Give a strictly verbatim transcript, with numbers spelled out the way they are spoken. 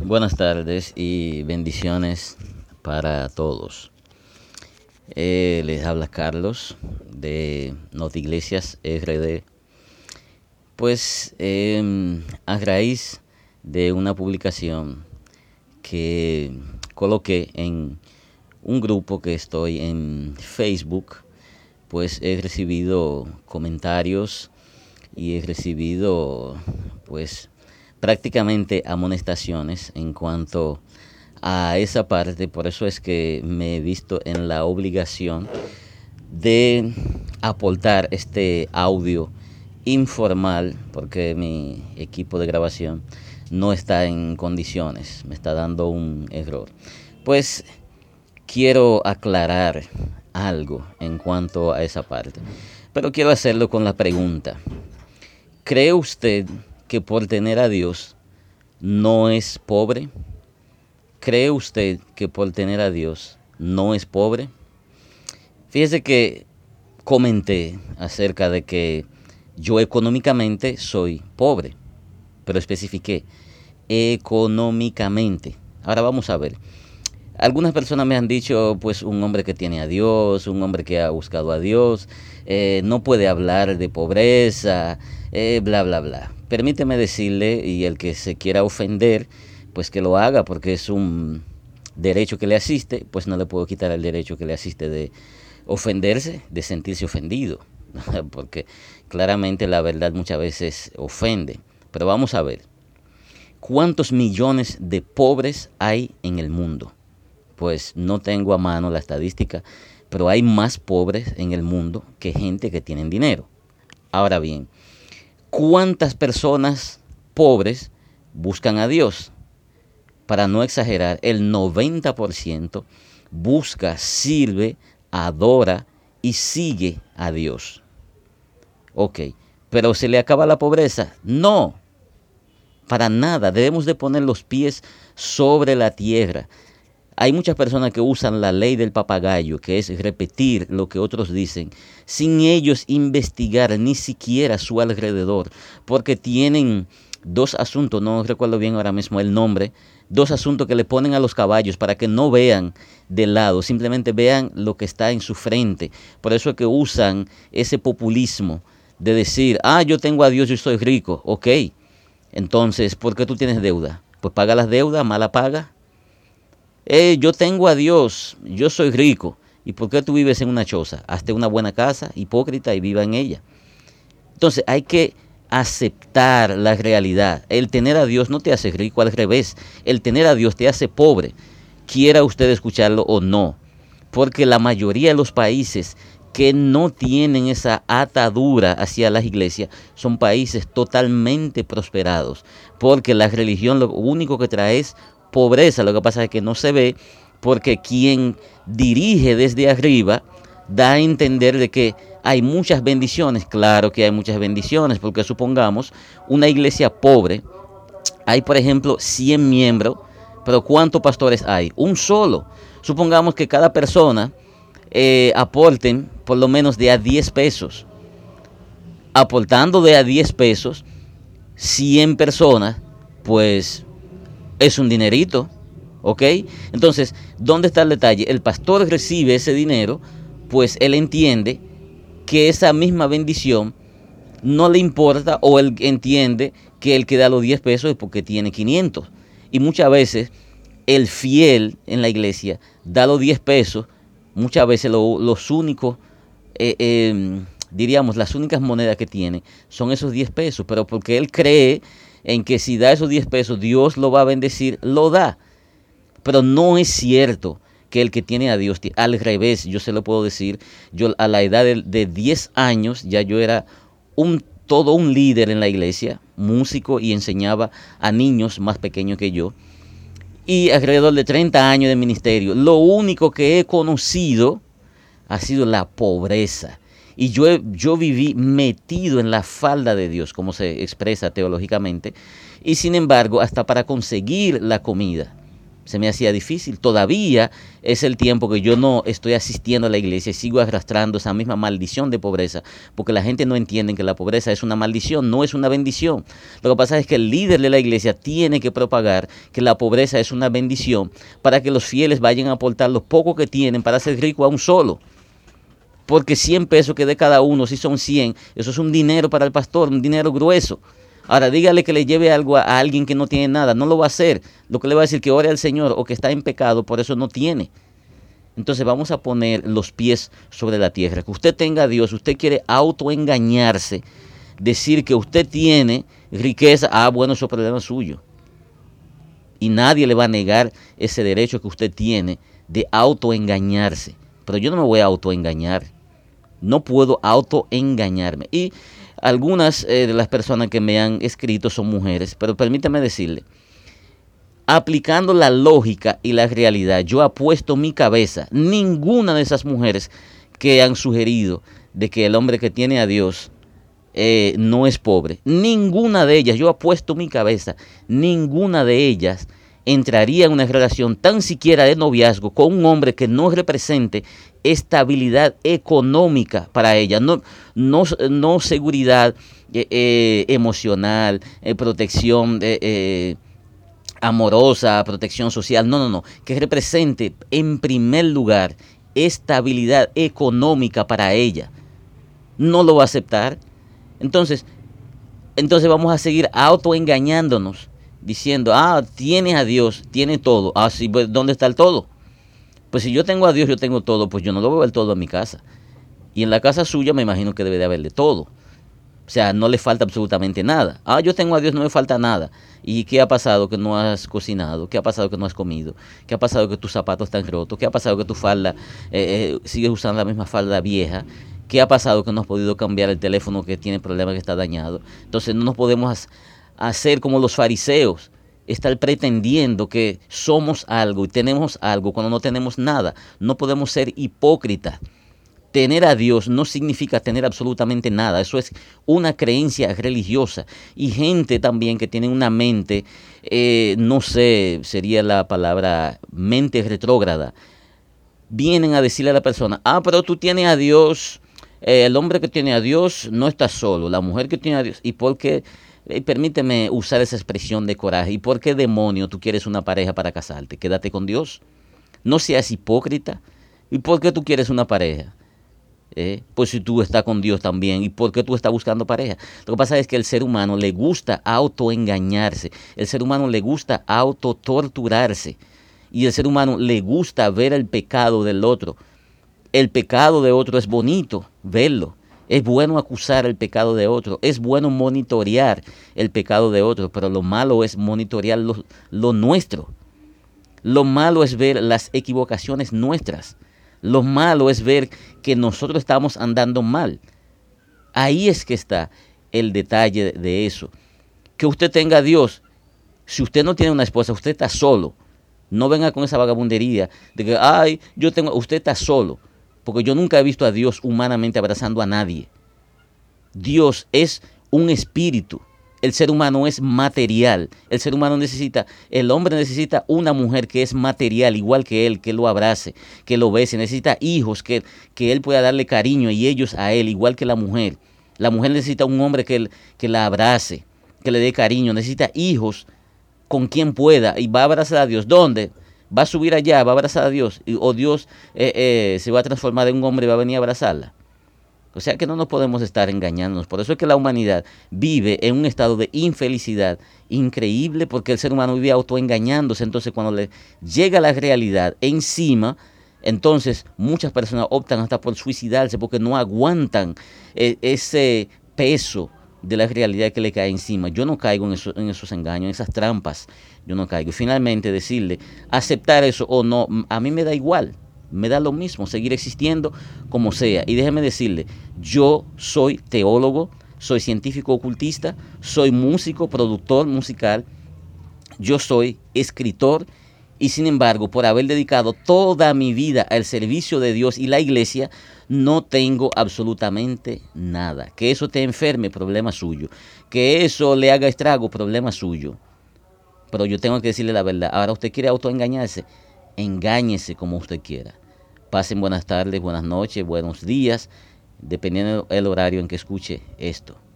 Buenas tardes y bendiciones para todos. Eh, les habla Carlos de Notiglesias R D. Pues eh, a raíz de una publicación que coloqué en un grupo que estoy en Facebook, pues he recibido comentarios y he recibido pues prácticamente amonestaciones en cuanto a esa parte. Por eso es que me he visto en la obligación de aportar este audio informal, porque mi equipo de grabación no está en condiciones, me está dando un error. Pues quiero aclarar algo en cuanto a esa parte, pero quiero hacerlo con la pregunta: ¿cree usted que por tener a Dios no es pobre? ¿Cree usted que por tener a Dios no es pobre? Fíjese que comenté acerca de que yo económicamente soy pobre, pero especifiqué económicamente. Ahora vamos a ver. Algunas personas me han dicho, pues un hombre que tiene a Dios, un hombre que ha buscado a Dios, eh, no puede hablar de pobreza, eh, bla, bla, bla. Permíteme decirle, y el que se quiera ofender, pues que lo haga, porque es un derecho que le asiste, pues no le puedo quitar el derecho que le asiste de ofenderse, de sentirse ofendido, porque claramente la verdad muchas veces ofende. Pero vamos a ver, ¿cuántos millones de pobres hay en el mundo? Pues no tengo a mano la estadística, pero hay más pobres en el mundo que gente que tienen dinero. Ahora bien, ¿cuántas personas pobres buscan a Dios? Para no exagerar, el noventa por ciento busca, sirve, adora y sigue a Dios. Ok, ¿pero se le acaba la pobreza? No, para nada. Debemos de poner los pies sobre la tierra. Hay muchas personas que usan la ley del papagayo, que es repetir lo que otros dicen, sin ellos investigar ni siquiera su alrededor, porque tienen dos asuntos, no recuerdo bien ahora mismo el nombre, dos asuntos que le ponen a los caballos para que no vean de lado, simplemente vean lo que está en su frente. Por eso es que usan ese populismo de decir, ah, yo tengo a Dios, yo soy rico. Ok, entonces, ¿por qué tú tienes deuda? Pues paga las deudas, mala paga. Eh, yo tengo a Dios, yo soy rico. ¿Y por qué tú vives en una choza? Hazte una buena casa, hipócrita, y viva en ella. Entonces hay que aceptar la realidad. El tener a Dios no te hace rico, al revés. El tener a Dios te hace pobre, quiera usted escucharlo o no. Porque la mayoría de los países que no tienen esa atadura hacia las iglesias son países totalmente prosperados. Porque la religión lo único que trae es pobreza. Lo que pasa es que no se ve, porque quien dirige desde arriba da a entender de que hay muchas bendiciones. Claro que hay muchas bendiciones, porque supongamos una iglesia pobre, hay por ejemplo cien miembros, pero ¿cuántos pastores hay? Un solo. Supongamos que cada persona eh, aporten por lo menos de a diez pesos. Aportando de a diez pesos, cien personas, pues es un dinerito, ¿ok? Entonces, ¿dónde está el detalle? El pastor recibe ese dinero, pues él entiende que esa misma bendición no le importa, o él entiende que el que da los diez pesos es porque tiene quinientos. Y muchas veces el fiel en la iglesia da los diez pesos, muchas veces lo, los únicos, eh, eh, diríamos, las únicas monedas que tiene son esos diez pesos, pero porque él cree en que si da esos diez pesos, Dios lo va a bendecir, lo da. Pero no es cierto que el que tiene a Dios, al revés, yo se lo puedo decir, yo a la edad de, de diez años, ya yo era un, todo un líder en la iglesia, músico, y enseñaba a niños más pequeños que yo. Y alrededor de treinta años de ministerio, lo único que he conocido ha sido la pobreza. Y yo, yo viví metido en la falda de Dios, como se expresa teológicamente, y sin embargo, hasta para conseguir la comida, Se me hacía difícil. Todavía es el tiempo que yo no estoy asistiendo a la iglesia y sigo arrastrando esa misma maldición de pobreza, porque la gente no entiende que la pobreza es una maldición, no es una bendición. Lo que pasa es que el líder de la iglesia tiene que propagar que la pobreza es una bendición para que los fieles vayan a aportar lo poco que tienen para ser rico a un solo. Porque cien pesos que dé cada uno, si son cien, eso es un dinero para el pastor, un dinero grueso. Ahora dígale que le lleve algo a, a alguien que no tiene nada, no lo va a hacer. Lo que le va a decir que ore al Señor o que está en pecado, por eso no tiene. Entonces vamos a poner los pies sobre la tierra. Que usted tenga a Dios, usted quiere autoengañarse, decir que usted tiene riqueza, ah, bueno, eso es problema suyo. Y nadie le va a negar ese derecho que usted tiene de autoengañarse. Pero yo no me voy a autoengañar. No puedo autoengañarme. Y algunas eh, de las personas que me han escrito son mujeres, pero permítame decirle, aplicando la lógica y la realidad, yo apuesto mi cabeza, ninguna de esas mujeres que han sugerido de que el hombre que tiene a Dios eh, no es pobre, ninguna de ellas, yo apuesto mi cabeza, ninguna de ellas entraría en una relación tan siquiera de noviazgo con un hombre que no represente estabilidad económica para ella, no, no, no seguridad eh, eh, emocional, eh, protección eh, eh, amorosa, protección social, no, no, no, que represente en primer lugar estabilidad económica para ella. No lo va a aceptar. Entonces, entonces vamos a seguir autoengañándonos, diciendo, ah, tiene a Dios, tiene todo. Ah, sí, pues, ¿dónde está el todo? Pues si yo tengo a Dios, yo tengo todo, pues yo no lo veo el todo en mi casa. Y en la casa suya me imagino que debe de haberle todo. O sea, no le falta absolutamente nada. Ah, yo tengo a Dios, no me falta nada. ¿Y qué ha pasado que no has cocinado? ¿Qué ha pasado que no has comido? ¿Qué ha pasado que tus zapatos están rotos? ¿Qué ha pasado que tu falda, eh, eh, sigues usando la misma falda vieja? ¿Qué ha pasado que no has podido cambiar el teléfono que tiene problemas, que está dañado? Entonces no nos podemos hacer como los fariseos, estar pretendiendo que somos algo y tenemos algo cuando no tenemos nada. No podemos ser hipócritas. Tener a Dios no significa tener absolutamente nada. Eso es una creencia religiosa. Y gente también que tiene una mente, eh, no sé, sería la palabra mente retrógrada. Vienen a decirle a la persona, ah, pero tú tienes a Dios. Eh, el hombre que tiene a Dios no está solo. La mujer que tiene a Dios. ¿Y por qué? Eh, permíteme usar esa expresión de coraje. ¿Y por qué demonio tú quieres una pareja para casarte? Quédate con Dios. No seas hipócrita. ¿Y por qué tú quieres una pareja? Eh, pues si tú estás con Dios también, ¿y por qué tú estás buscando pareja? Lo que pasa es que el ser humano le gusta autoengañarse, el ser humano le gusta autotorturarse y el ser humano le gusta ver el pecado del otro. El pecado de otro es bonito verlo, es bueno acusar el pecado de otro, es bueno monitorear el pecado de otro, pero lo malo es monitorear lo, lo nuestro. Lo malo es ver las equivocaciones nuestras. Lo malo es ver que nosotros estamos andando mal. Ahí es que está el detalle de eso. Que usted tenga a Dios. Si usted no tiene una esposa, usted está solo. No venga con esa vagabundería de que, ay, yo tengo, usted está solo. Porque yo nunca he visto a Dios humanamente abrazando a nadie. Dios es un espíritu. El ser humano es material. El ser humano necesita, el hombre necesita una mujer que es material, igual que él, que lo abrace, que lo bese. Necesita hijos, que, que él pueda darle cariño y ellos a él, igual que la mujer. La mujer necesita un hombre que, que la abrace, que le dé cariño. Necesita hijos con quien pueda y va a abrazar a Dios. ¿Dónde? Va a subir allá, va a abrazar a Dios. O Dios eh, eh, se va a transformar en un hombre y va a venir a abrazarla. O sea que no nos podemos estar engañándonos. Por eso es que la humanidad vive en un estado de infelicidad increíble, porque el ser humano vive autoengañándose. Entonces cuando le llega la realidad encima, entonces muchas personas optan hasta por suicidarse porque no aguantan eh, ese peso de la realidad que le cae encima. Yo no caigo en, eso, en esos engaños, en esas trampas. Yo no caigo. Y finalmente decirle, aceptar eso o no, a mí me da igual. Me da lo mismo seguir existiendo como sea. Y déjeme decirle, yo soy teólogo, soy científico ocultista, soy músico, productor musical, yo soy escritor y sin embargo, por haber dedicado toda mi vida al servicio de Dios y la iglesia, no tengo absolutamente nada. Que eso te enferme, problema suyo. Que eso le haga estrago, problema suyo. pero yo tengo que decirle la verdad. Ahora, usted quiere autoengañarse, engáñese como usted quiera. Pasen buenas tardes, buenas noches, buenos días, dependiendo del horario en que escuche esto.